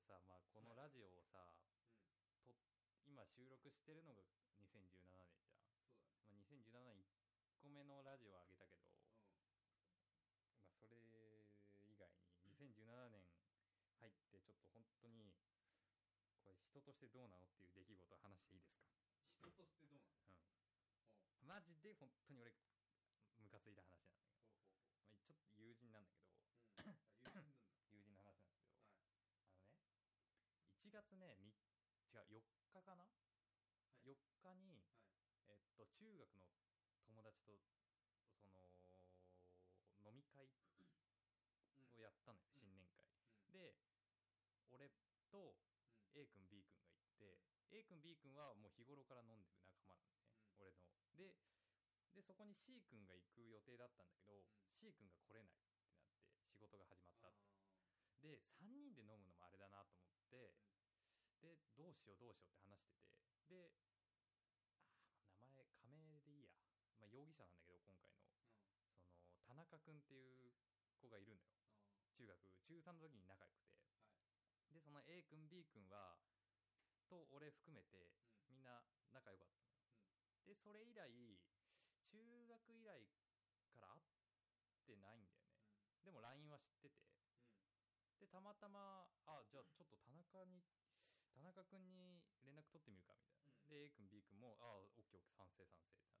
さ、まあ、このラジオをさ、 うん。 と今収録してるのが2017年じゃん、 そうだね。 まあ、2017年1個目のラジオを上げたけど、 うまあ、それ以外に2017年入ってちょっと本当にこれ人としてどうなのっていう出来事を話していいですか？ 人としてどうなの？おうマジで本当に俺ムカついた話なんだけど、 ほうほうほまあ、ちょっと友人なんだけど、 う。うん。あ、友人なんだ。 友人の話なんだけど、 はい。 あのね、1月ね、違う、4日かな、 はい。 4日に、 はい。 中学の友達とその飲み会うん。 をやったのよ、 うん。 新年会うん。 で。俺とうん。 A 君 B 君が行って、A 君 B 君はもう日頃から飲んでる仲間なのね、 うん。 俺の。でそこに C 君が行く予定だったんだけど、 うん。 C 君が来れないってなって、仕事が始まったって。 あで3人で飲むのもあれだなと思っー。 て、 うん。 でどうしようどうしようって話してて、で、名前仮名でいいや、まあ、容疑者なんだけど、今回のうん。 その田中君っていう子がいるのよ。 あ中3の時に仲良くて、 ー。はい。 でその A 君 B 君はと俺含めてうん。 みんな仲良かったのよ。 うん。 でそれ以来、中学以来から会ってないんだよね。 うん。 でも LINE は知ってて、 うん。 でたまたまじゃあちょっと田中君に連絡取ってみるかみたいな、 うん。 で A 君 B 君もオッケーオッケー、賛成賛成ってなって、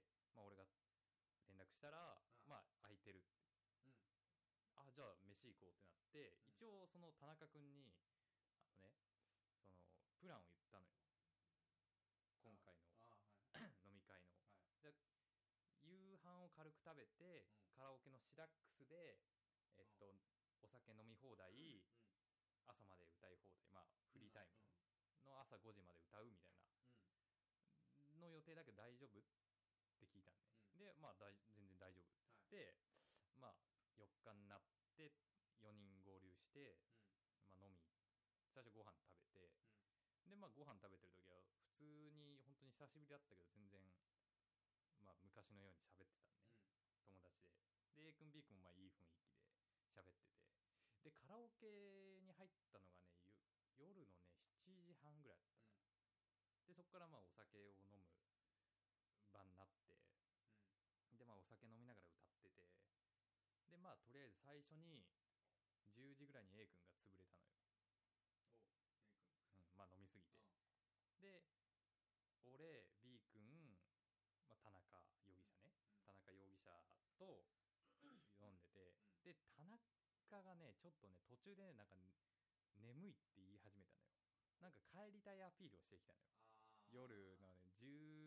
まあ、俺が連絡したらまあ空いてるって、 うん。 じゃあ飯行こうってなって、 うん。 一応その田中君にそのプランを言ったのよ、今回のあー、はい。 飲み会の。 はい。 で夕飯を軽く食べて、 うん。 カラオケのシダックスで、お酒飲み放題、 うん。 朝まで歌い放題、まあフリータイうムの朝5時まで歌うみたいなの予定だけど大丈夫って聞いたんね、 うん。 でまあ全然大丈夫っつって、まあ4日になって4人合流して、 うん。 まあ、飲み最初ご飯食べて、 うん。 でまあご飯食べてる時は普通に本当に久しぶりだったけど全然まあ昔のように喋ってたんね、 うん。 友達で。で A 君 B 君もまあいい雰囲気で喋ってて、でカラオケに入ったのがね、夜のね7時半ぐらいだったかな、でそこからまあお酒を飲む場になって、 うん。 でまあお酒飲みながら歌ってて、でまあとりあえず最初に10時ぐらいに A 君が潰れたのよ、 おう、A 君。 まあ飲みすぎて。 あで俺 B 君、まあ、田中容疑者ね、 うん。 田中容疑者と飲んでて、 うん。 で田中がねちょっとね途中でねなんか眠いって言い始めたのよ。なんか帰りたいアピールをしてきたのよ、 あー。 夜のね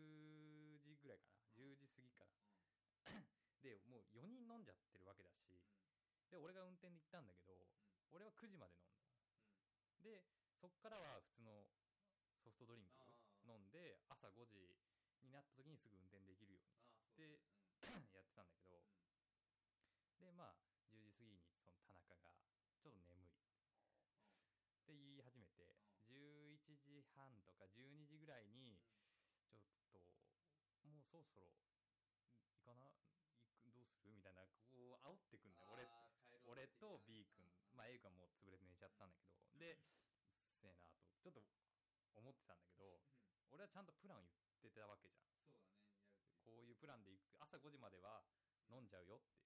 10時ぐらいかな、10時過ぎから。でもう4人飲んじゃってるわけだし、で俺が運転で行ったんだけど、俺は9時まで飲んだ。でそっからは普通のソフトドリンク飲んで、朝5時になった時にすぐ運転できるようにってやってたんだけど、でまあ10時過ぎにその田中がちょっと眠いって言い始めて、11時半とか12時ぐらいにちょっともうそろそろ行かな、どうするみたいなこう煽ってくんだよ、俺と B 君、まあ A 君はもう潰れて寝ちゃったんだけど、でうっせえなとちょっと思ってたんだけど、俺はちゃんとプランを言ってたわけじゃん。 そうだね、やるってこういうプランで行く、朝5時までは飲んじゃうよっていう、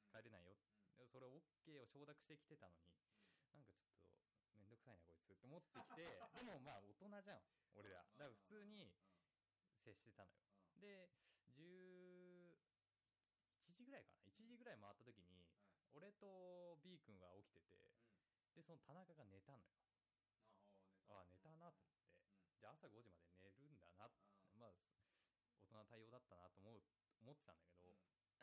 帰れないよって、でそれを OK を承諾してきてたのに、なんかちょっとめんどくさいなこいつって思ってきてでもまあ大人じゃん俺ら、だから普通に接してたのよ。で11時ぐらいかな、1時ぐらい回った時に、俺と B 君は起きてて、でその田中が寝たのよ。寝たなと思って、じゃあ朝5時まで寝るんだな、まあ大人の対応だったなと思ってたんだけど、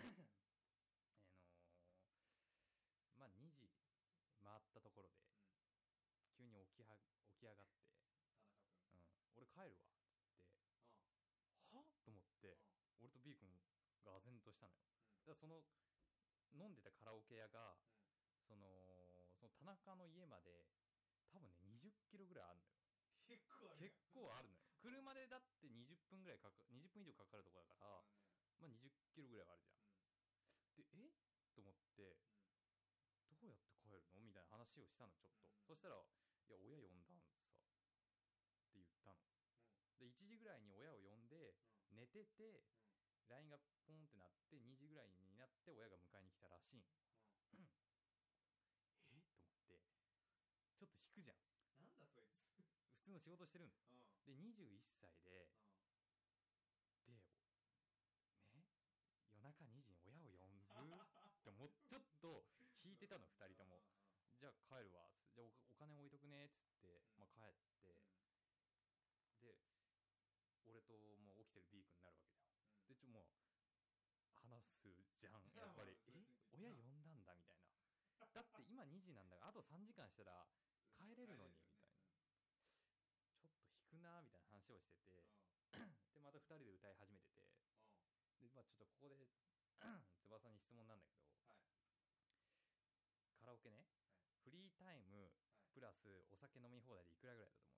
まあ2時回ったところで急に起き上がって田中君、 俺帰るわっつって、はと思って、俺と B 君が唖然としたのよ。だからその飲んでたカラオケ屋が、その田中の家まで多分ね20キロぐらいあるのよ。 結構あるのよ。車でだって20分ぐらい20分以上かかるところだから、まあ20キロぐらいはあるじゃん。でと思って、どうやって帰るのみたいな話をしたのちょっと、そしたらいや親呼んだんさって言ったの。 うんで1時ぐらいに親を呼んでうん寝てて、 うん LINE がポンってなって2時ぐらいになって親が迎えに来たらしいん。 うんと思ってちょっと引くじゃん。 なんだそいつ普通の仕事してるんうんうんで21歳ででね夜中2時に親を呼ぶってもうちょっと引いてたの2人とも。じゃあ帰るわじゃあ お金置いとくねっつって、 うんまあ、帰って、で俺ともう起きてる B 君になるわけじゃん。 うんでもう話すじゃんやっぱりいやまあそいつについて親呼んだんだみたいな。だって今2時なんだからあと3時間したら帰れるのにみたいな。ちょっと引くなみたいな話をしてて、でまた2人で歌い始めてて、でまあちょっとここで翼に質問なんだけど、 はいカラオケね、 はいフリータイムはいプラスお酒飲み放題でいくらぐらいだと思う？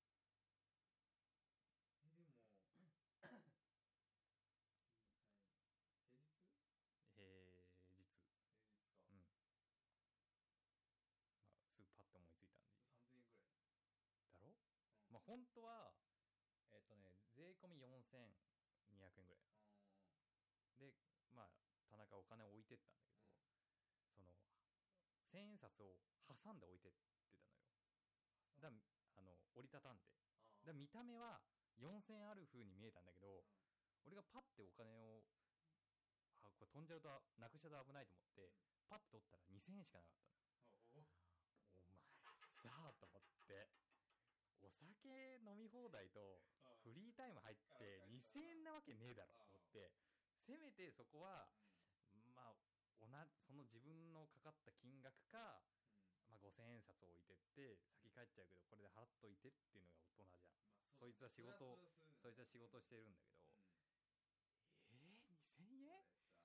でもフリータイム平日平日かうんまあすぐパッと思いついたんで 3000円くらいだろ。 うんまあ本当は税込み4200円ぐらいで、まあ田中お金を置いてったんだけど、 うんその千円札を挟んで置いてってたのよ。だ折りたたんで、だ見た目は4000円ある風に見えたんだけど、俺がパッてお金をこれ飛んじゃうとなくしちゃうと危ないと思って、パッて取ったら2000円しかなかったのよ。お前さあと思ってお酒飲み放題とフリータイム入って2000円なわけねえだろと思って、せめてそこはまあその自分のかかった金額か、まあ、5000円札を置いてって先帰っちゃうけどこれで払っといてっていうのが大人じゃん、そいつは仕事してるんだけど、2000円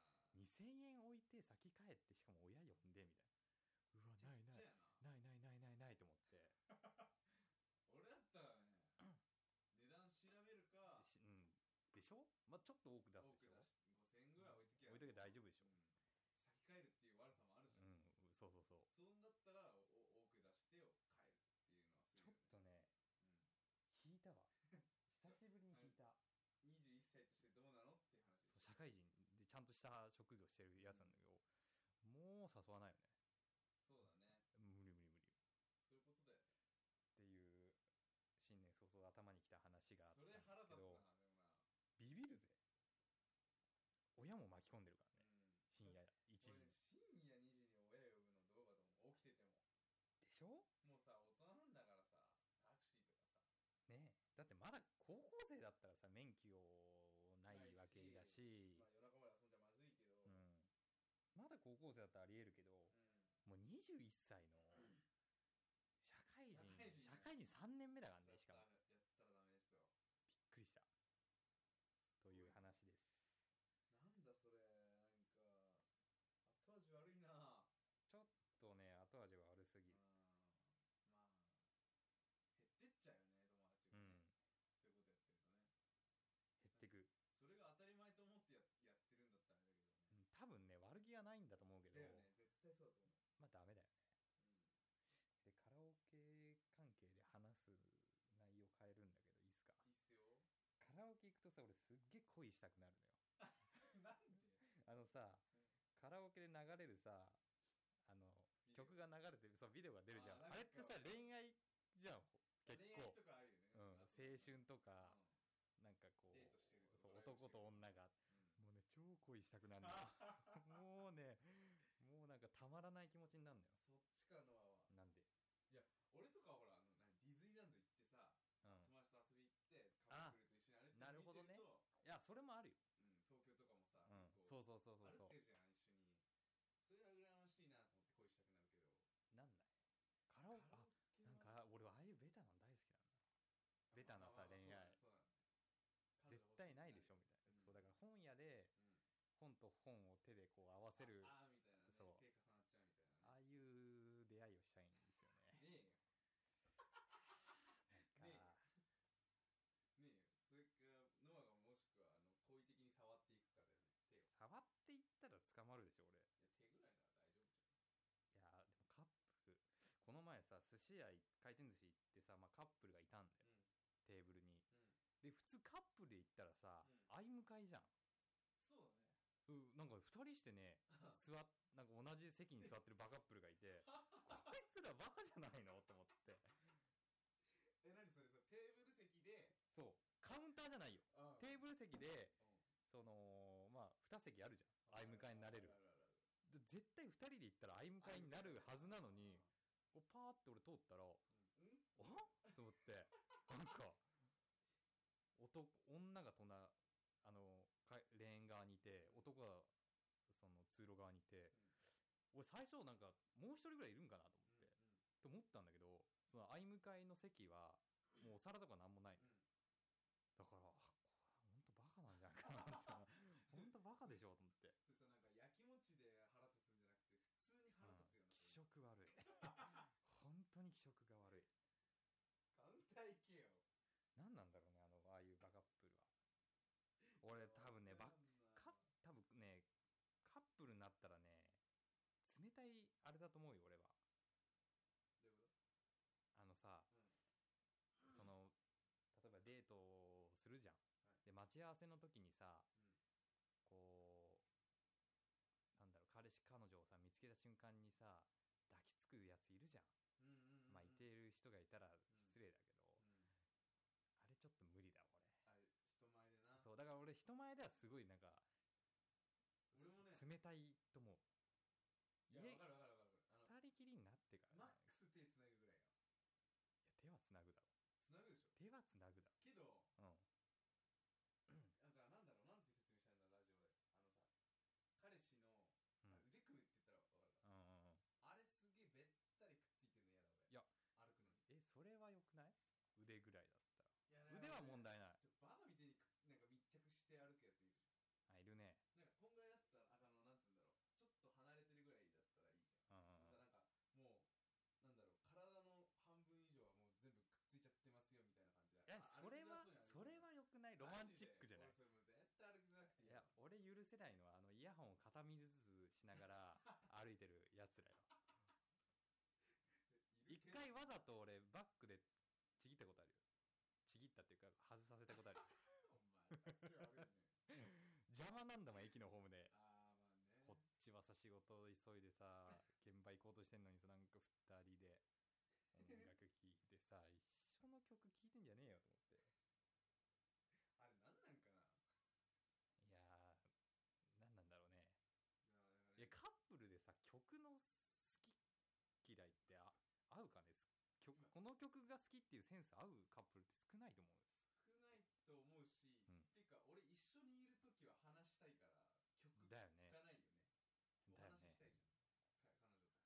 2000円置いて先帰ってしかも親呼んでみたいな。うわないと思って俺だったらね値段調べるかでしょ。まあちょっと多く出すでしょ。 5000円ぐらい置いときゃ置いとけば大丈夫でしょ。 先帰るっていう悪さもあるじゃん。 そうそんだったら多く出してよ帰るっていうのはするよね。 ちょっとね引いたわ久しぶりに引いた。 21歳としてどうなのって話。 そう社会人でちゃんとした職業してるやつなんだけど、もう誘わないよね。 そうだね。 無理そういうことだよねっていう新年早々頭にきた話があったんですけど、 それ腹立つな。でもなビビるぜ。親も巻き込んでるからね、深夜1時に。 深夜2時に親呼ぶのどうかと思う。起きててもでしょ。 もうさ大人なんだからさタクシーとかさねえ、だってまだ高校生だったらさ免許ないわけだし、 まあ、夜中まで遊んじゃまずいけど、 まだ高校生だったらありえるけど、もう21歳の社会人3年目だからね。しかもやったらダメですよ。 びっくりしたという話です。 なんだそれ、なんか後味悪いな。 ちょっとね後味は悪すぎる。 まあ減ってっちゃうよね友達がね、そういうことやってるとね減ってく。 それが当たり前と思ってやってるんだったらあれだけどね、 多分ね悪気はないんだと思うけど、 だよね、絶対そうだと思う。 まあダメだよね。でカラオケ関係で話す内容変えるんだけどいいっすか？ いいっすよ。 カラオケ行くとさ俺すっげえ恋したくなるのよなんでさ、カラオケで流れるさ曲が流れてるビデオが出るじゃん。あれってさ恋愛じゃん結構。 恋愛とかあるよね、 青春とか、なんかこう男と女が、もうね超恋したくなるのもうなんかたまらない気持ちになるのよ。 そっちかのはなんで？ いや俺とかほらディズニーランド行ってさ、友達と遊び行ってカップルと一緒に歩いてなるほどね。いやそれもあるよ。 東京とかもさ、 そう歩いてるじゃん一緒に。それは羨ましいなと思って恋したくなるけど。 なんないカラオケなんか俺はああいうベタなの大好きなんだ。ベタなさ恋愛絶対ないでしょみたいな。そうだから本屋で本と本を手でこう合わせる、 みたいなね、手重なっちゃうみたいな、 ああいう出会いをしたいんですよね。 ねえよねえよ。それかノアがもしくは好意的に触っていくかだよね、手を。 触っていったら捕まるでしょ俺。 いや手ぐらいなら大丈夫じゃん。 いやでもカップルこの前さ寿寿司屋回転寿司行ってさ、まあ、カップルがいたんだよ、テーブルに。で普通カップルで行ったらさ、相向かいじゃん。 そうだね。 なんか2人してねなんか同じ席に座ってるバカップルがいてこいつらバカじゃないのと思って。 何それテーブル席で。 そうカウンターじゃないよ、テーブル席で、まあ2席あるじゃん、相向かいになれる。絶対2人で行ったら相向かいになるはずなのに、パーって俺通ったら、あと思って、なんか女がレーン側にいて、男がその通路側にいて、俺最初なんかもう一人ぐらいいるんかなと思って、と思ったんだけど、その相向かいの席はもうお皿とかなんもないの、だからこれ本当バカなんじゃないかなって本当バカでしょと思って。 それさ、なんか焼きもちで腹立つんじゃなくて普通に腹立つよな、 気色悪い本当に気色が悪い。 カウンター行けよ。 何なんだろうね、ああいうバカップルは。俺多分ね多分ねカップルになったらね、冷たいあれだと思うよ俺は。 どういうこと？ さ、その例えばデートをするじゃん、で待ち合わせの時にさ、こうなんだろう、彼氏彼女をさ見つけた瞬間にさ抱きつくやついるじゃん。まあいてる人がいたら失礼だけど、あれちょっと無理だ俺。 あれ人前でな。 そうだから俺人前ではすごいなんか俺もね冷たいと思う。 いや分かる二人きりになってから、 マックス手つなぐぐらいよ。 いや手はつなぐだろ。 つなぐでしょ。 手はつなぐだろけど、なんかなんだろう、なんて説明したいんだラジオで。さ、彼氏の腕組むって言ったら分かるか、あれすげえべったりくっついてるの嫌だ俺。 いや歩くのに。 それはよくない？腕ぐらいだったら。腕は問題ない。 バカみたいになんか密着して歩くやついるじゃん。いるね。 なんかこんぐらいだったらなんつうんだろう、ちょっと離れてるぐらいだったらいいじゃん。さ、なんかもうなんだろう、体の半分以上はもう全部くっついちゃってますよみたいな感じで。 いやそれはよくない？ロマンチックじゃない？ それもう絶対歩きづらくていい。 いや俺許せないのはイヤホンを片身ずつしながら歩いてるやつらよ。一回わざと俺バックでちぎったことあるよ。ちぎったっていうか外させたことあるよ。 お前口悪いね。 邪魔なんだもん駅のホームで。 まあね、 こっちはさ仕事急いでさ現場行こうとしてんのにさ、なんか2人で音楽聴いてさ一緒の曲聴いてんじゃねえよと思って。 あれなんなんかな。 いやーなんなんだろうね。いやカップルでさ曲の好き嫌いって合うかね。この曲が好きっていうセンス合うカップルって少ないと思うよ。 少ないと思うし、っていうか俺一緒にいるときは話したいから曲聴かないよね。お話ししたいじゃん、彼女と。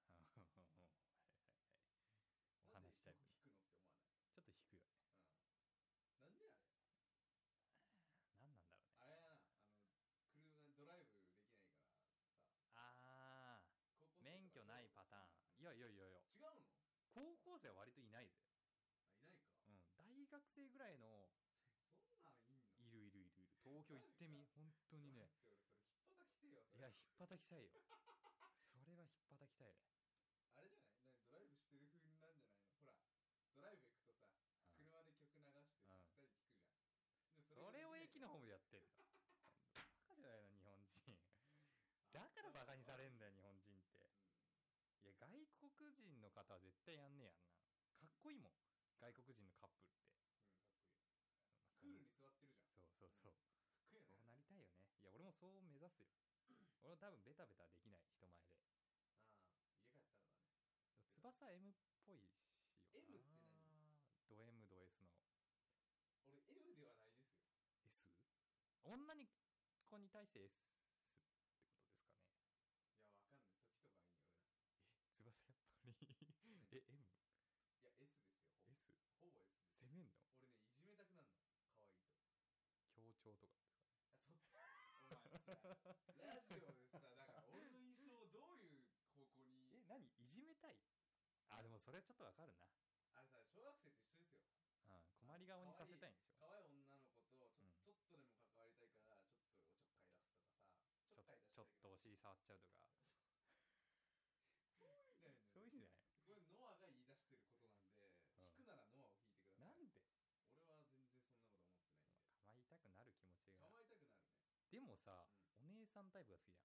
お話したい。 なんで曲聴くのって思わない？ ちょっと弾くよね。 なんであれなんなんだろうね。 あれやな、車ドライブできないからさ。 免許ないパターン。いや違うの？高校生は割といないぜ。 いないか。 大学生ぐらいのそんなんいんの？ いる。東京行ってみ、本当にね。 それひっぱたきてよ。 いや、ひっぱたきたいよ。それはひっぱたきたいね。 あれじゃない？ドライブしてる風なんじゃないの？ほら、ドライブ行くとさ、車で曲流してさ、2人で聴くじゃん。 それを駅のホームでやってんだ。バカじゃないの、日本人。だからバカにされんだよ、日本人って。いや、外国人の方は絶対やんねえやんな。かっこいいもん、外国人のカップルって。 かっこいい。クールに座ってるじゃん。 そう。そうなりたいよね。いや俺もそう目指すよ。俺も多分ベタベタできない、人前で。 家帰ったらだね。 翼 M っぽいしよ。 M って何？ ド M ド S の。 俺 M ではないですよ。 S？ 女の子に対して S ってことですかね。 いやわかんない、時とかいいね俺ら。 翼やっぱりM？ いや S ですよ。 S？ ほぼ S です。 攻めんの？ 俺ね、いじめたくなるの、可愛いと。 協調とかですかね。 お前さラジオでさ、だから俺の印象をどういう方向に。 何いじめたい？でもそれはちょっとわかるな。 あれさ、小学生と一緒ですよ。 困り顔にさせたいんでしょ。 可愛い女の子とちょっとでも関わりたいからちょっとおちょっかい出すとかさ、 ちょっとお尻触っちゃうとか。 そういうんじゃないんだよ。 そういうんじゃない。 これノアが言い出してることななる気持ちが。 構いたくなるね。 でもさ、 うん、 お姉さんタイプが好きじゃん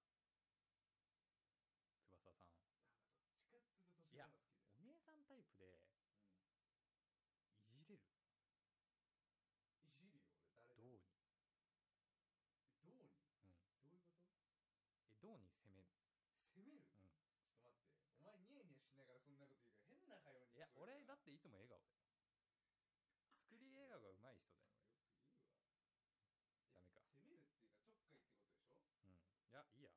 翼さん。 なんかどっちかっつうと年上が好きだよ。 お姉さんタイプでうん、 いじれる。 いじるよ俺誰でも。 どうに。 どうに、 うん。 どういうこと？ どうに攻める。 攻める、 うん。 ちょっと待って、お前ニヤニヤしながらそんなこと言うから変な会話にいや聞こえるから。 俺だっていつも笑顔だよ。作り笑顔が上手い人だよよく言うわ。 ダメか。 攻めるっていうかちょっかいってことでしょ。 うん。いやいいや。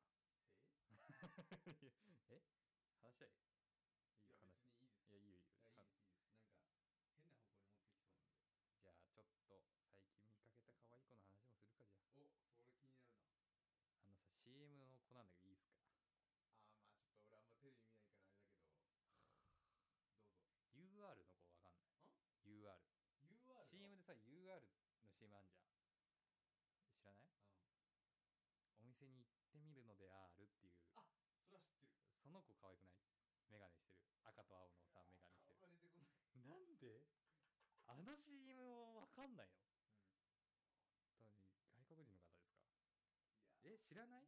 え話したい。いいいや話。 別にいいです。 いやいいよいいよ。 いやいいですいいです。なんか変な方向に持ってきそうなんで。 じゃあちょっと最近見かけた可愛い子の話もするか。じゃお、それ気になるな。 あさ CM の子なんだけどいいっすか。 ああ、まあちょっと俺あんまテレビ見ないからあれだけどどうぞ。 UR の子わかんない。 UR UR CM でさ UR の CM あんじゃん。知らない？ うん、 お店に行ってみるのであるっていう。 あ、それは知ってる。 その子可愛くない？メガネしてる。赤と青のさメガネしてる。 顔が出てこない。 なんであの CM をわかんないの？ うん、 本当に外国人の方ですか？ いや知らない？ うん、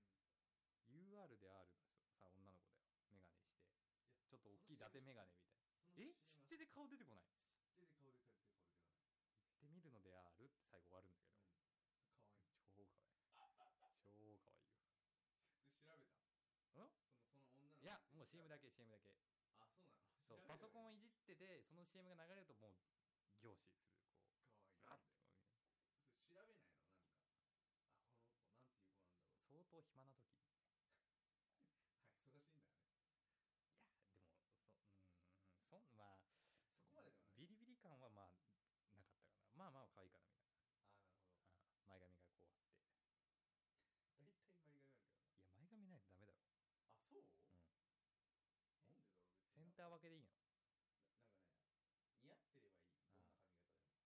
UR で R の人さ女の子だよ。メガネしていやちょっと大きい伊達メガネみたいな。 その CM 知ってて顔出てこない？ 知ってて顔で顔で顔で出てこない。 行ってみるので R って最後終わるんだけど、 うん、かわいい。 超可愛い。超可愛いよ。 で調べた。 ん？ その女の子いやもう CM だけ CM だけ。 あ、そうなの。 そうパソコンをいじっててその CM が流れるともう凝視するこかわいい。 うガッてこうそれ調べないの？なんかあ、この子なんていう子なんだろう。 相当暇な時に。 はい、忙しいんだよね。 いやでもまあそこまでではない。 ビリビリ感はまあなかったかな。まあまあ可愛いからみんな。 ああ、なるほど。 前髪がこうあって。 大体前髪あるけどな。 いや前髪ないとダメだろ。 あ、そう？ うん。 なんでだろう別に。 センター分けでいいの？ なんかね、似合ってればいい。どんな髪型でも。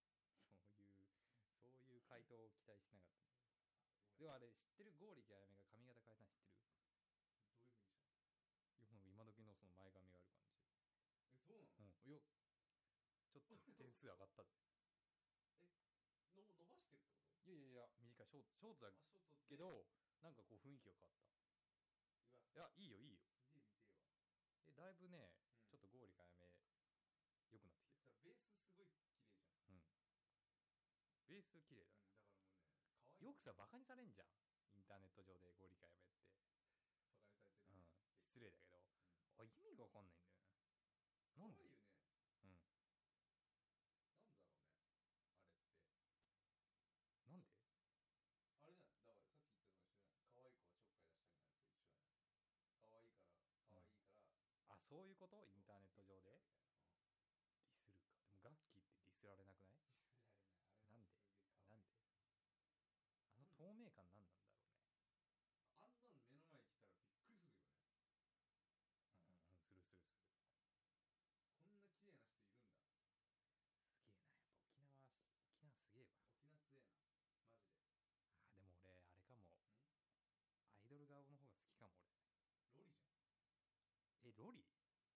そういう回答を期待してなかったんだけど。 ごめんでもあれ知ってる？剛力あやめが髪型変えたの知ってる？ どういう風にしたの？ いやもう今時のその前髪がある感じ。 そうなの？ いやちょっと点数上がったぜ。 伸ばしてるってこと？ いや短いショートだあ、ショートってけどなんかこう雰囲気が変わった。 うわ、 いやいいよいいよ。 すげえ見てえわ。 だいぶね、 うんちょっと剛力あやめ良くなってきてさ、ベースすごい綺麗じゃん。 る。うんベース綺麗だね、 だからもうね、可愛い。 よくさバカにされんじゃんインターネット上で剛力あやめって。 バカにされてるね。 失礼だけど、 うん、 意味が分かんないんだよね。 可なんで？ 愛いよね。 うんなんだろうね。あれって。 なんで？ あれじゃない。だからさっき言ったのは一緒じゃない。可愛い子はちょっかい出したくなると一緒じゃない。可愛いから、可愛いから。 あ、そういうこと？ そうインターネット上でディスっちゃうみたいな。 ディスるか。でもガッキーってディスられなくない？ ディスられない。あれなんで？ すげえ可愛い。 なんで？あの透明感なんなんだろうね。 あんなの目の前に来たらびっくりするよね。 するこんな綺麗な人いるんだ。 すげえな。やっぱ沖縄すげえわ。 沖縄強えな。マジで。 でも俺あれかも。 ん？ アイドル顔の方が好きかも俺。 ロリじゃロリ？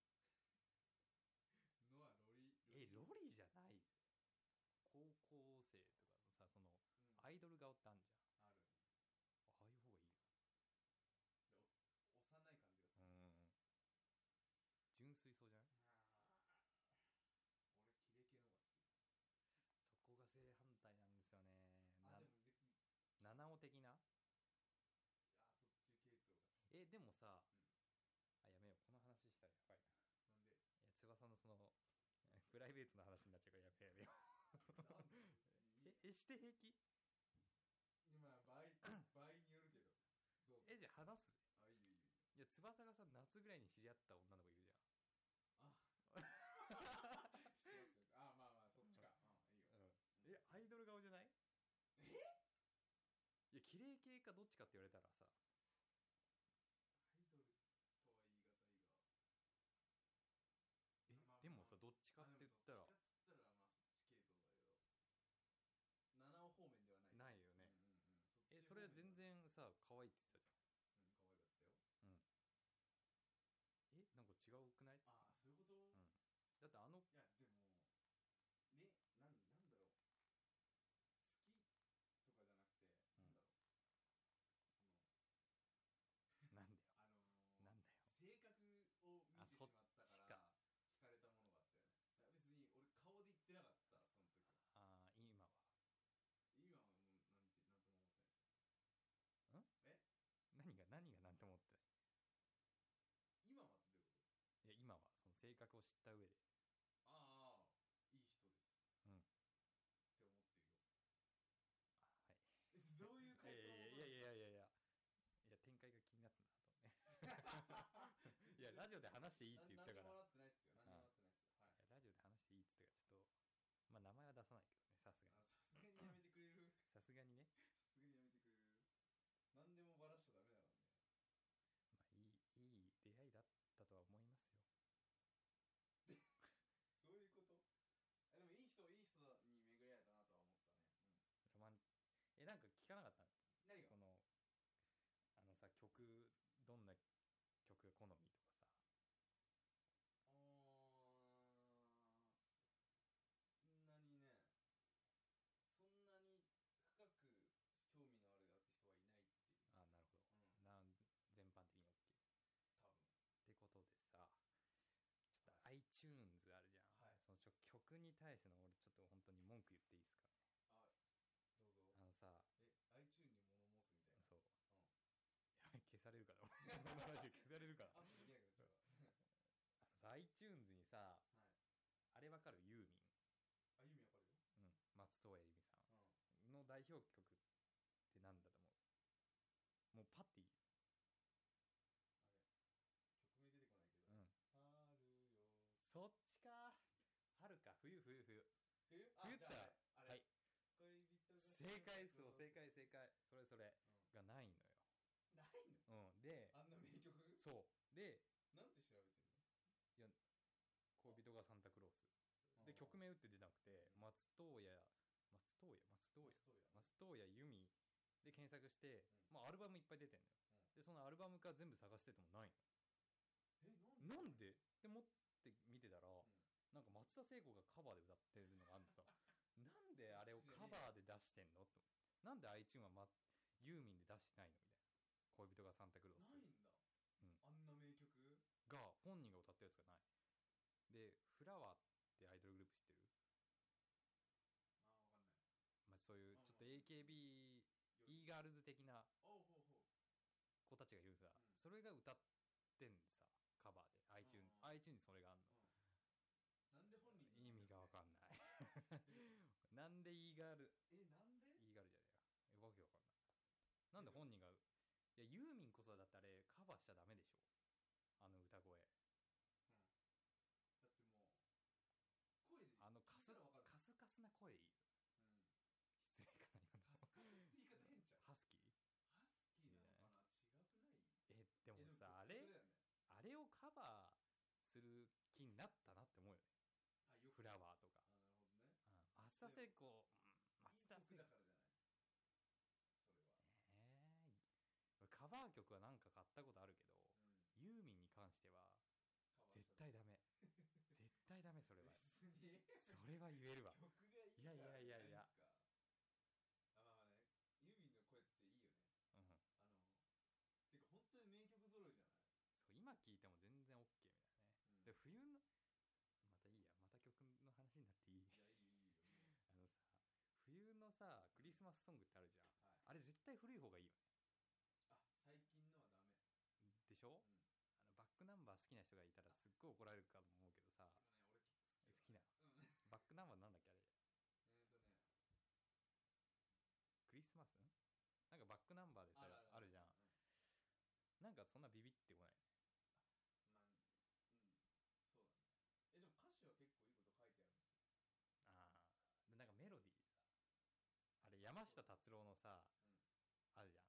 ん。のはロリ。 ロリじゃないぜ。高校生とかのさその、アイドル顔ってあんじゃん。 ある。 ああいう方がいいよ。 で幼い感じがする。 純粋そうじゃない？ 俺キレ系の方が好き。 そこが正反対なんですよね。 でも別に七尾的な？ そっち系統が好き。でもさ、やめようこの話したらやばいな。なんで？ いや翼のそのプライベートな話になっちゃうからやめよう。して平気？ 今場合によるけど。どうぞ。 じゃあ話すぜ。 いいよいいよ。 いや翼がさ夏ぐらいに知り合った女の子いるじゃん。 ちょっと待って。まあそっちか。いいよ。 アイドル顔じゃない？いや綺麗系かどっちかって言われたらさ。 アイドルとは言い難いが。 でもさどっちかって言ったら。 どっちかっつったらそっち系統だけど。七尾方面ではない。 ないよね。それは全然さ可愛いって言ってたじゃん。可愛かったよ。 なんか違うくない？ そういうこと？ だっていやでもね、なんだろう、好き性格を知った上で。 ああ、いい人ですうん。 って思ってるよ。 はい。 どういう回答いや展開が気になったなとね。いやラジオで話していいって言ったから。 何もらってないっすよ。何もらってないっすよ。はい。 ラジオで話していいって言ったからちょっとまあ名前は出さないけどね、さすがに。 さすがにやめてくれる。 さすがにね。 さすがにやめてくれる。何でもバラしちゃダメだからね。 まあいい出会いだったとは思いますよ。 そういうこと。でもいい人に巡り合えたなとは思ったね。 ロマンなんか聞かなかった？ 何が？ そのさ、曲どんな曲が好みとかさ。 そんなにね、そんなに深く興味のあるアーティストはいないっていう。 あ、なるほど。全般的に OK 多分ってことでさ、ちょっと iTunes あるじゃん、 はい、 その曲に対しての俺ちょっと本当に文句言っていいですかね。 あ、どうぞ。 さ、 iTunes に物申すみたいな。 そう、やばい、消されるから俺のラジオ消されるからアップできなくなっちゃうさ、iTunes にさ、 はい、 あれわかる？ユーミン。 ユーミンわかるよ。 松任谷由実さんの代表曲ってなんだと思う？もうパッていい。 あれ、曲名出てこないけど、春よ。 そっちか。春か。冬ってじゃああれ、 はい、 恋人が正解っすよ。正解それがないのよ。 ないの？ で、 あんな名曲。 そうで、 なんて調べてんの？ いや、恋人がサンタクロースで曲名打って出なくて、松任谷由実で検索して、まあアルバムいっぱい出てんのよ。でそのアルバムから全部探しててもないの。なんでって思って見てたら、なんか松田聖子がカバーで歌ってるのがあるんでさなんであれをカバーで出してんのと。なんで iTunes は、ユーミンで出してないのみたいな。恋人がサンタクロースないんだ、あんな名曲が本人が歌ったやつがない。でフラワーってアイドルグループ知ってる？ わかんない。 まあ、そういうちょっと AKB イーガールズ的な子たちがいるさ、それが歌ってんさ、カバーで iTunes にそれがあんの。なんで本人意味が分かんないなんでイーガール、 なんでイーガールじゃねえよ、わけわかんない。なんで本人が、いやユーミンこそだってあれカバーしちゃダメでしょ、あの歌声。 だってもう声でカスカスな声いいよ。失礼かな今の。 カスカスって言い方変ちゃう？ ハスキーなのかな、違くない？ でもさ、あれをカバーする気になったなって思うよね。フラワーとか。 なるほどね。 松田聖子、 松田聖子だからじゃない？それはカバー曲は何か買ったことあるけど、ユーミンに関しては絶対ダメ絶対ダメ。それはそれは言えるわ。 曲がいいから。 いやまあね、ユーミンの声っていいよね。てか本当に名曲揃いじゃない？ そう、今聴いても全然 OK みたいなね。で冬のまたいいや、また曲の話になっていい？いや、いいよさ、冬のさクリスマスソングってあるじゃん、あれ絶対古い方がいいよね。 最近のはダメでしょ、バックナンバー好きな人がいたらすっごい怒られるかと思うけどさ。 でもね、俺結構好きなバックナンバーなんだっけあれ。クリスマスなんかバックナンバーでさあるじゃん。なんかそんなビビってこない。 そうだね。でも歌詞は結構いいこと書いてあるんですよ。 なんかメロディーさ、あれ山下達郎のさ、あるじゃん。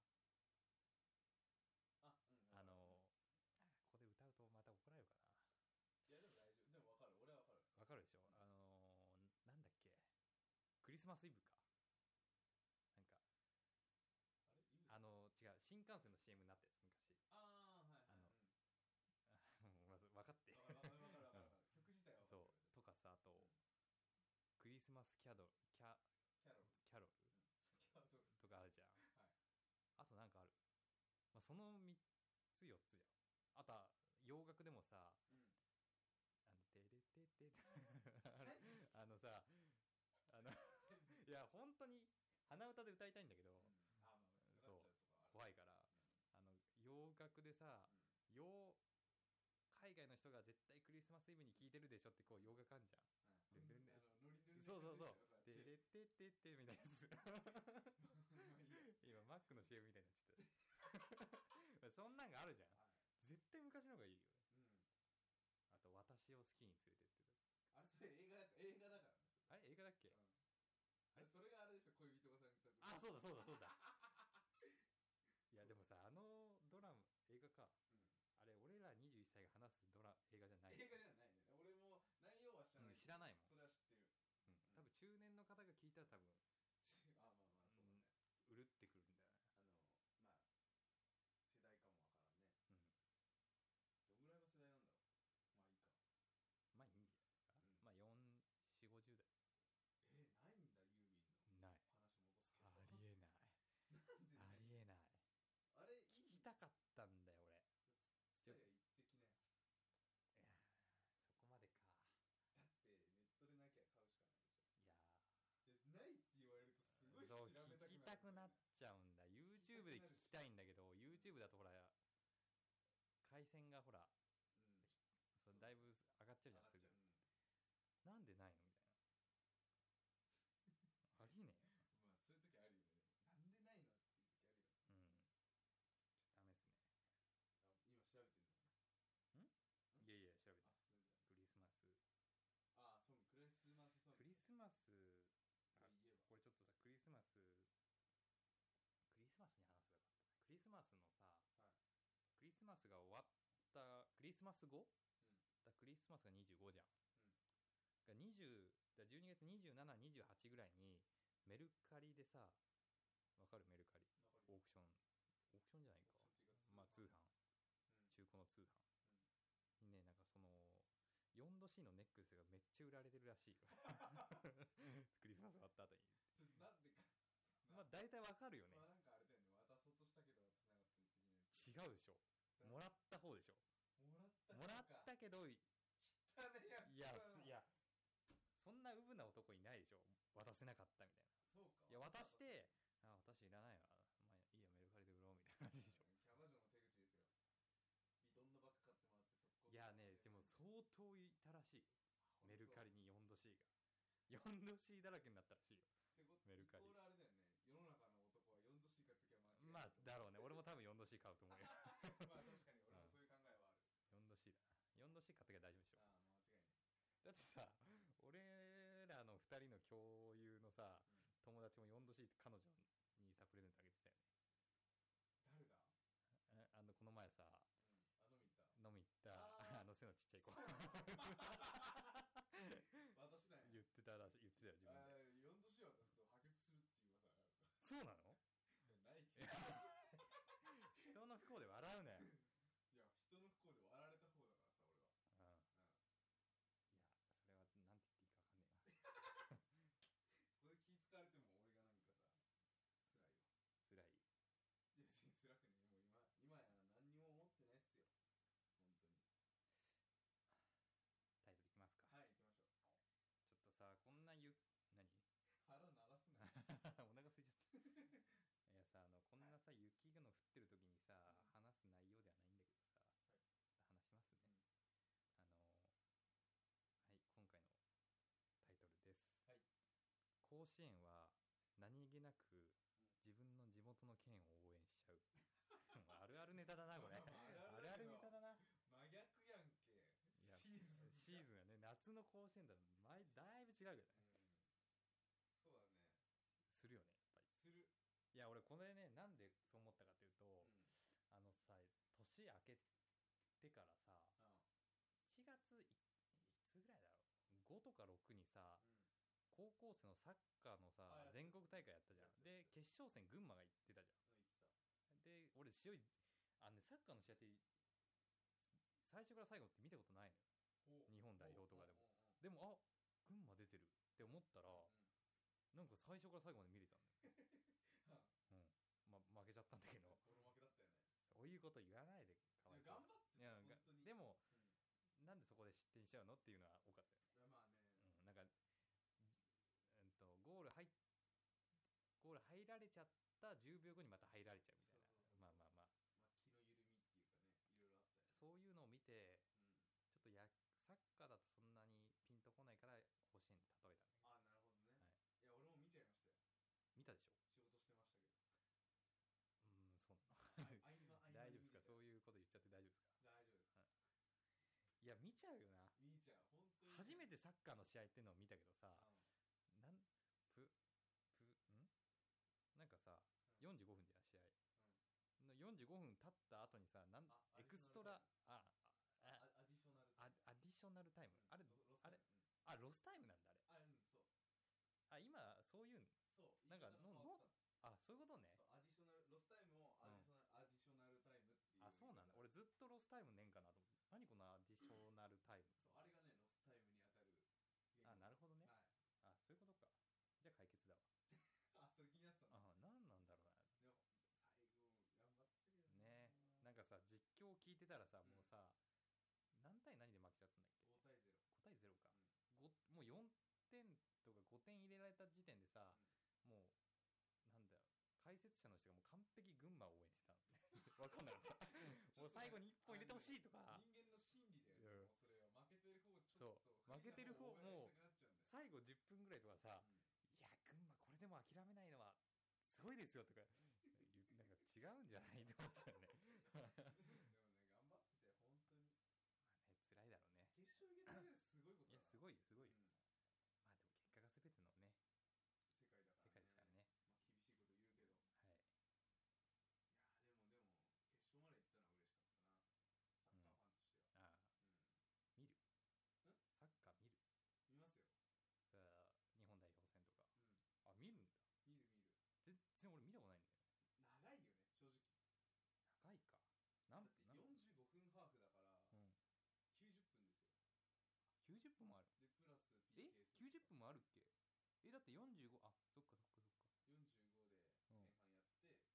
ここで歌うとまた怒られるかな。 いやでも大丈夫。でも分かる、俺は分かる。 分かるでしょ。なんだっけ、クリスマスイブか。なんか違う、新幹線の CM になったやつ昔。まず分かって分かる曲自体は分かる。 そうとかさ、あと、クリスマスキャロルとかあるじゃん。あとなんかある、その3つ4つじゃん。あとは洋楽でもさ、テレテテさ、いや本当に鼻歌で歌いたいんだけど、そう怖いから、洋楽でさ、海外の人がは絶対クリスマスイブに聴いてるでしょってこう洋楽あんじゃん。 でノリノリそうそうそううでれってってってみたいなやつ今マックの CM みたいになっちゃったそんなんがあるじゃん、絶対昔の方がいいよね。あと私を好きに連れてってあれそれ映画だからね。 あれ映画だっけ、 あれそれがあれでしょ、恋人がさんとあ、そうだそうだそうだいやでもさ、あのドラマ映画か、あれ俺ら21歳が話す映画じゃない。 映画じゃないね。俺も内容は知らない、 知らないもん。 それは知ってる。 多分中年の方が聞いたら多分まあそうだね、 うるってくるんだよね。 まあ世代かもわからんね。どんぐらいの世代なんだろう。まあいいか。 まあいいんじゃないですか。まあ4、4、50代。 ないんだユーミンの。 ない。 話戻すけど。 ありえない。 なんでありえない。 あれ聞きたかったんだよ俺。 ツタヤ行ってきなよ。 いやそこまでか。 だってネットでなきゃ買うしかないでしょ。 いやないって言われるとすごいそう調べたくなる、 聞きたくなっちゃうんだ。 YouTube で聞きたいんだけど YouTube だとほら回線がほら、そうだいぶ上がっちゃうじゃんすぐ、なんでないのみたいなありねえまあそういう時あるよね。でもなんでないのっていう時あるよね。 ちょっとダメっすね。 今調べてんの？ いやいや調べて。クリスマス。 そうクリスマスソング。 クリスマスこれちょっとさクリスマスに話せばよかったね。クリスマスのさ、クリスマスが終わったクリスマス後、だクリスマスが25じゃん、が12月27、28ぐらいにメルカリでさ、わかる？メルカリオークションじゃないか、まあ通販、中古の通販にね、なんかその4°C のネックレスがめっちゃ売られてるらしいよクリスマス終わった後になんでかまあ大体わかるよね。 まあなんかあれだよね、渡そうとしたけど渡せなかった的なやつ。 違うでしょ、もらった方でしょ。 もらったけど汚ねやつ。 いやそんなウブな男いないでしょ、渡せなかったみたいな。 そうか。 いや渡して私いらないわ、まあいいよメルカリで売ろうみたいな感じでしょ。 キャバ嬢の手口ですよ。ビトンのバッグ買ってもらって速攻。 いやねでも相当いたらしいよ、メルカリに 4°C が 4°C だらけになったらしいよメルカリ。 イコールあれだよね、世の中の男は 4°C 買うときは間違いない。 まあだろうね、俺も多分 4°C 買うと思うよまあ確かに俺もそういう考えはある。 4°C だな、4°C 買っときゃ大丈夫でしょ。 間違いない。 だってさ、俺らの2人の共有のさ、友達も 4°C って彼女にさプレゼントあげてたよね。 誰だ？ この前さ、飲み行った背のちっちゃい子私だよ。 言ってたよ自分で。 4°C は私と破局するっていう噂がある。 そうなの？ ないけど人の不幸で笑うね。 いや人の不幸で笑われた方だからさ俺は。 いやそれはなんて言っていいか分かんねえなそこで気使われても俺がなんかさ辛いわ。 辛い。 いや別に辛くねえ。もう今や何にも思ってないっすよ本当に。 タイトルいきますか。 はい行きましょう。 ちょっとさこんな何腹鳴らすなお腹空いちゃったいやさこんなさ、雪が降ってる時にさ、話す内容ではないんだけどさ、話しますね。はい今回のタイトルです。甲子園は何気なく自分の地元の県を応援しちゃうあるあるネタだなこれあるあるネタだな。 真逆やんけ。 シーズンがね、夏の甲子園だとだいぶ違うけどね。 そうだね。 するよねやっぱり。 する。 いや俺これねなんでそう思ったかというと、さ年明けてからさ、1月いつぐらいだろう、5とか6にさ、高校生のサッカーのさ全国大会やったじゃん。で決勝戦群馬が行ってたじゃん。で俺サッカーの試合って最初から最後って見たことないのよ、日本代表とかでも。でも群馬出てるって思ったら、なんか最初から最後まで見れたんだよまあ負けちゃったんだけど。 ボロ負けだったよね。 そういうこと言わないで。かわいそう。 頑張ってた本当に。 でもなんでそこで失点しちゃうのっていうのは多かったよね。 まあね、 なんかゴール入られちゃった10秒後にまた入られちゃうみたいな。まあ気の緩みっていうかね、いろいろあったよね。そういうのを見てちょっと見ちゃうよな。 見ちゃう本当に。 初めてサッカーの試合ってのを見たけどさ、 うなんなんかさ、 ん 45分じゃん試合うんの45分経った後にさ、エクストラアディショナルタイム。 アディショナルタイム、あれあれ、ロスタイムなんだあれ。 そう。 今そういうそうなんか言い方が変わったの。 そういうことね。 そうアディショナルロスタイムをアディショナルタイムっていう。 そうなんだ。俺ずっとロスタイムねんかなと思って、何このアディショナルタイム。 そう、あれがねロスタイムに当たる。 なるほどね。 はい。 そういうことか。じゃあ解決だわ。 それ気になってたの。 何なんだろうな。 でも最後頑張ったけどね。なんかさ、実況聞いてたらさ、もうさ、何対何で負けちゃったんだっけ。 5対0。 5対0か。もう4点とか5点入れられた時点でさ、もうなんだよ、解説者の人がもう完璧群馬を応援してたの分かんないもう最後に1本入れてほしいとか。 人間の心理だよね。もうそれは負けてる方ちょっと負けてる方もう最後 10 10分ぐらいとかさ、いや群馬これでも諦めないのはすごいですよとかなんか違うんじゃないと思ったよねでもね頑張ってて本当に。 まあね、辛いだろうね。 決勝行けただけですごいことだな。 いやすごいよすごいよ、まあでも結果が全てのね世界だからね。 世界ですからね。 まあ厳しいこと言うけど。 はい。 いやでも決勝まで行ったのは嬉しかったな。サッカーファンとしては。 見る？サッカー見る？ 見ますよ。 日本代表戦とか。見るんだ。 見る。 全然俺見たことないんだよね。 長いよね正直。 長いか。 だって45分ハーフだから90分ですよ。 90分もある。 でプラス PK 90分もあるっけ。だって45、そっか 45で前半やって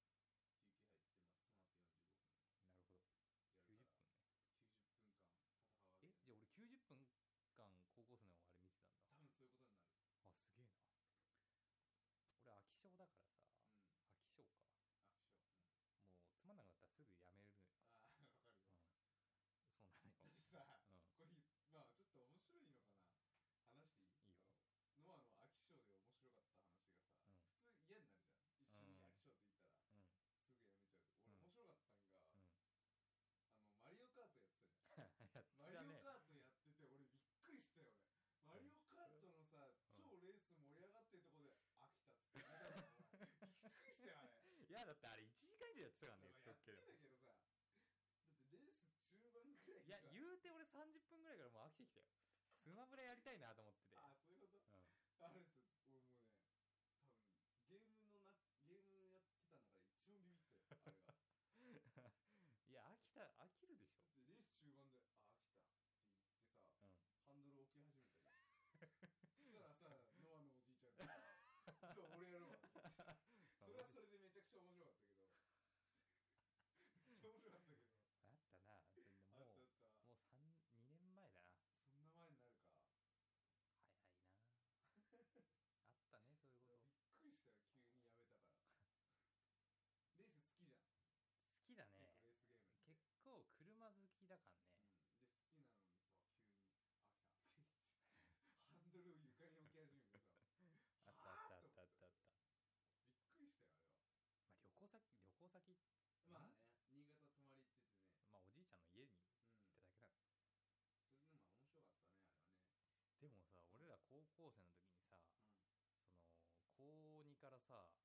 PK 入ってまたその後45分。 なるほど。90分ね。 90分間戦うわけ。 じゃあ俺90分間高校生のあれ見てたんだ。 多分そういうことになる。 すげえな。俺飽き性だからさ、飽き性か。もうつまんなくなったらすぐやめるのよ。 わかるよ。 そうなのよ。 だってさ、これまあちょっと面白いのかな。話していい？いいよ。ノアの飽き性で面白かった話がさ、普通嫌になるじゃん。一緒に飽き性って言ったらすぐやめちゃう。俺面白かったんがマリオカートやってたじゃん。マリオカートやってて俺びっくりしたよ。俺マリオカートのさ超レース盛り上がってるところで飽きたっつってびっくりしたよあれ。 いやだってあれ1時間以上やってたからね。 やってたけどさ、だってレース中盤ぐらい。 いや言うて俺30分ぐらいからもう飽きてきたよ。スマブラやりたいなと思ってて。 そういうこと。あれです俺もうね多分ゲームやってた中で一番ビビったよあれが。 いや飽きるでしょ。 でレース中盤で飽きたって言ってさ、ハンドル置き始めたよ。したらさノアのおじいちゃんがさ俺やろうわって。それはそれでめちゃくちゃ面白かったけど。めっちゃ面白かったけど。 あったな。それでもう2年前だな。 そんな前になるか。 早いな。あったねそういうこと。 びっくりしたよ急にやめたから。レース好きじゃん。 好きだね。 レースゲーム結構車好きだからね。 で好きなのにさ急に飽きたって言ってハンドルを床に置き始めてさ。 あったびっくりしたよあれは。 まあ旅行先まあね新潟泊まり行っててね。 まあおじいちゃんの家に行っただけだ。 それでも面白かったねあれはね。 でもさ俺ら高校生の時にさ、その高2からさ、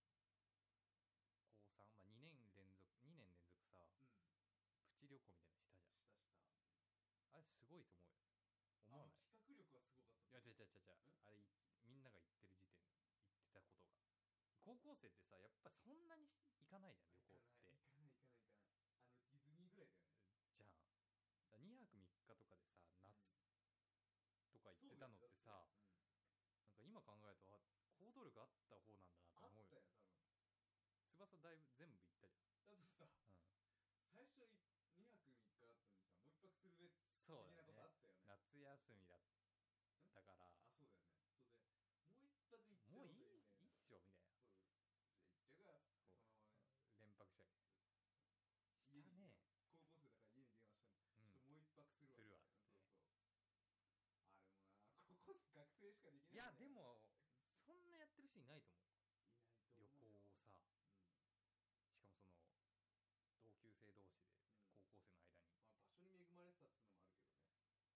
高3、2年連続さ、プチ旅行みたいなのしたじゃん。 したあれすごいと思うよ。思わない？ 企画力はすごかった。 いや違うあれみんなが行ってる時点で行ってたことが、高校生ってさやっぱそんなに行かないじゃん旅行って。 行かないディズニーぐらいだよね。 じゃん。2泊3日とかでさ夏とか行ってたのってさ、なんか今考えると行動力あった方なんだなと思うよ。 あったよ多分。 翼だいぶ全部行ったじゃん。だってさ、最初2泊3日だったのにさもう1泊するべ的なことあったよね。 夏休みだったから。 そうだよね。それでもう1泊行っちゃう。 もういいっしょみたいな。 そうじゃあ行っちゃうかっつってそのままね連泊したね。 高校生だから家に電話したの。ちょっともう1泊するわっつって。そうあれもな高校生学生しかできない。 いやでもそんなやってる人いないと思う。 いないと思う。 旅行をさ、しかもその同級生同士で高校生の間に、 場所に恵まれてたっつうのもあるけどね。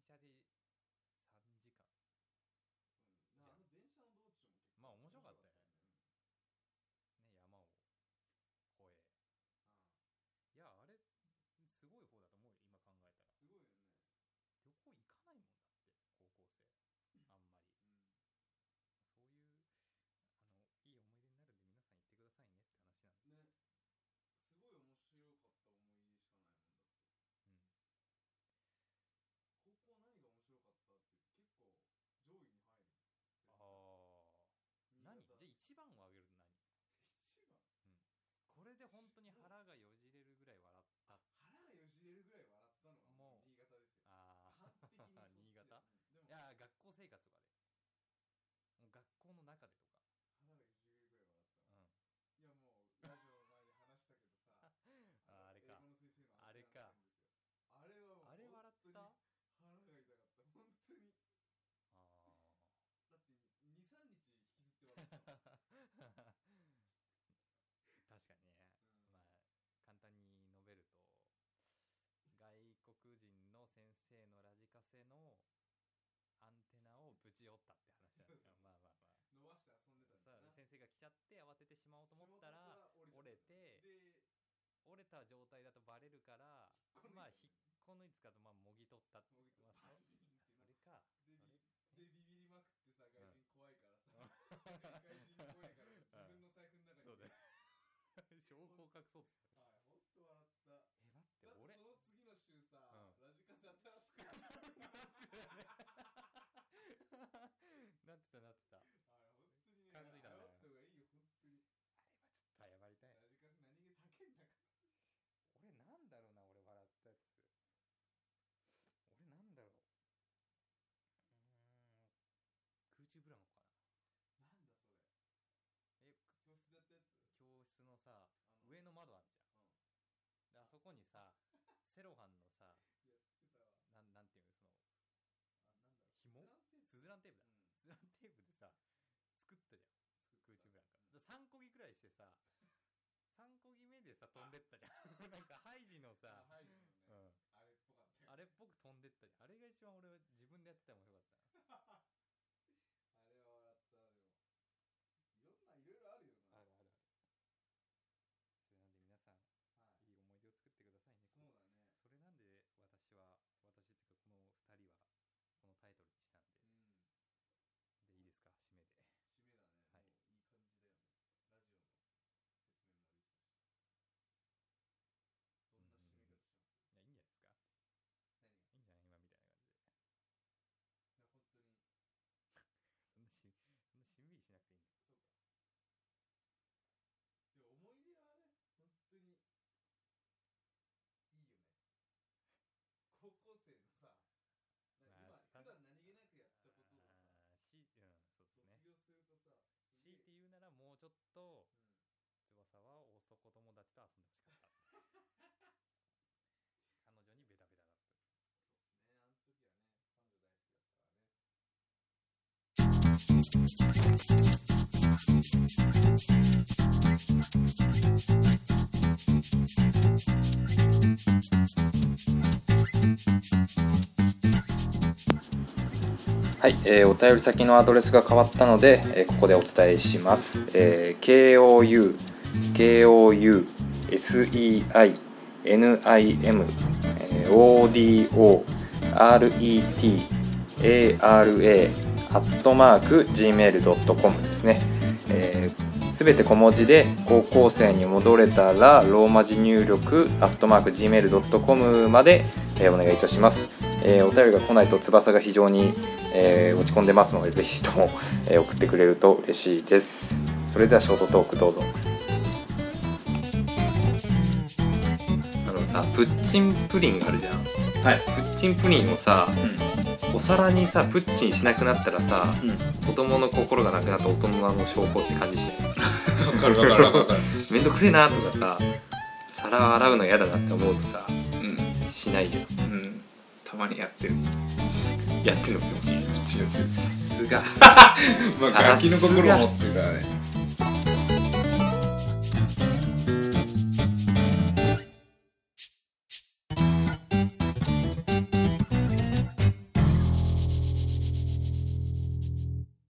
車で3時間。 電車の道中も結構まあ面白かったよね。山を越え。いやあれすごい方だと思うよ今考えたら。 すごいよね。 旅行行かないもんだって高校生あんまり。そういういい思い出になるんで皆さん行ってくださいねって話なんで。 ね。すごい面白かった思い出しかないもんだって。高校何が面白かったって言うと結構上位に入る。 何？じゃあ一番をあげると何？ 一番？ これで本当に腹がよじれるぐらい笑った。 腹がよじれるぐらい笑ったのはもう新潟ですよ。完璧に新潟？いや学校生活とかで。もう学校の中でとか。 腹がよじれるぐらい笑ったの。いやもうラジオの前で話したけどさあれか。 英語の先生のあれか。 あれはもうあれ笑った？ 腹が痛かった本当に。だって 2,3 日引きずって笑った確かにね、まあ簡単に述べると外国人の先生のラジカセのアンテナをぶち折ったって話なんだよ。まあ伸ばして遊んでたんだな。 先生が来ちゃって慌ててしまおうと思ったら折れて、折れた状態だとバレるからまあ引っこ抜いつかとまあもぎ取った。それか。 でビビりまくってさ、外人怖いからさ外人怖いから自分の財布の中にそうだよ証拠を隠そうとする。 はい、ほんと笑った。 待って俺その次の週さ、ラジカセ新しくなってたなってた。 あれほんとにね、 感じだね。 謝った方がいいよほんとに。 あれはちょっと謝りたい。 ラジカセ何気高いんだから。 俺なんだろうな、俺笑ったやつ。俺なんだろう。空中ブランコかな。なんだそれ。教室でやったやつ？ 教室のさ、上の窓あんじゃん。であそこにさ、セロハンのさ、 やってたわ。 なんていうのそのなんだろう。 紐？スズランテープだ。スズランテープでさ、作ったじゃん。空中ブランコ。3こぎくらいしてさ、3こぎ目でさ飛んでったじゃん。なんかハイジのさ、 ハイジのね、あれっぽかったよ。 あれっぽく飛んでったじゃん。あれが一番俺は自分でやってたら面白かったな。 あれは笑った。でもいろいろあるよな。 ある。それなんで皆さん、いい思い出を作ってくださいね。 そうだね。 それなんで私っていうかこの2人はこのタイトルにしたんで、でいいですか、締めで。 締めだね。はい。もういい感じだよね。ラジオの説明もできたし。どんな締め方します？ いや、いいんじゃないですか。 何が？ いいんじゃない今みたいな感じで。 いや本当にそんなしんびりしなくていいんだよ。 そうか。でも思い出はね、本当にいいよね。高校生のさ、今普段何気なくやったことをさ、 そうですね。 卒業するとさ、 強いて言うならもうちょっと、翼は大底友達と遊んでほしかった。彼女にベタベタだった。 そうですね。あの時はね、彼女大好きだったからね。 はい、お便り先のアドレスが変わったので、ここでお伝えします。KOUSEINIMODORETARA@gmail.com ですね。すべて小文字で高校生に戻れたらローマ字入力@gmail.com まで、お願いいたします。お便りが来ないと翼が非常に、落ち込んでますのでぜひとも、送ってくれると嬉しいです。それではショートトークどうぞ。 さ、プッチンプリンあるじゃん。 はい。 プッチンプリンをさ、お皿にさプッチンしなくなったらさ、子供の心がなくなった大人の証拠って感じしてる。 わかるめんどくせえなとかさ、皿洗うの嫌だなって思うとさ、しないじゃん。 たまにやってるのプッチンさすがまあガキの心を持ってるからね。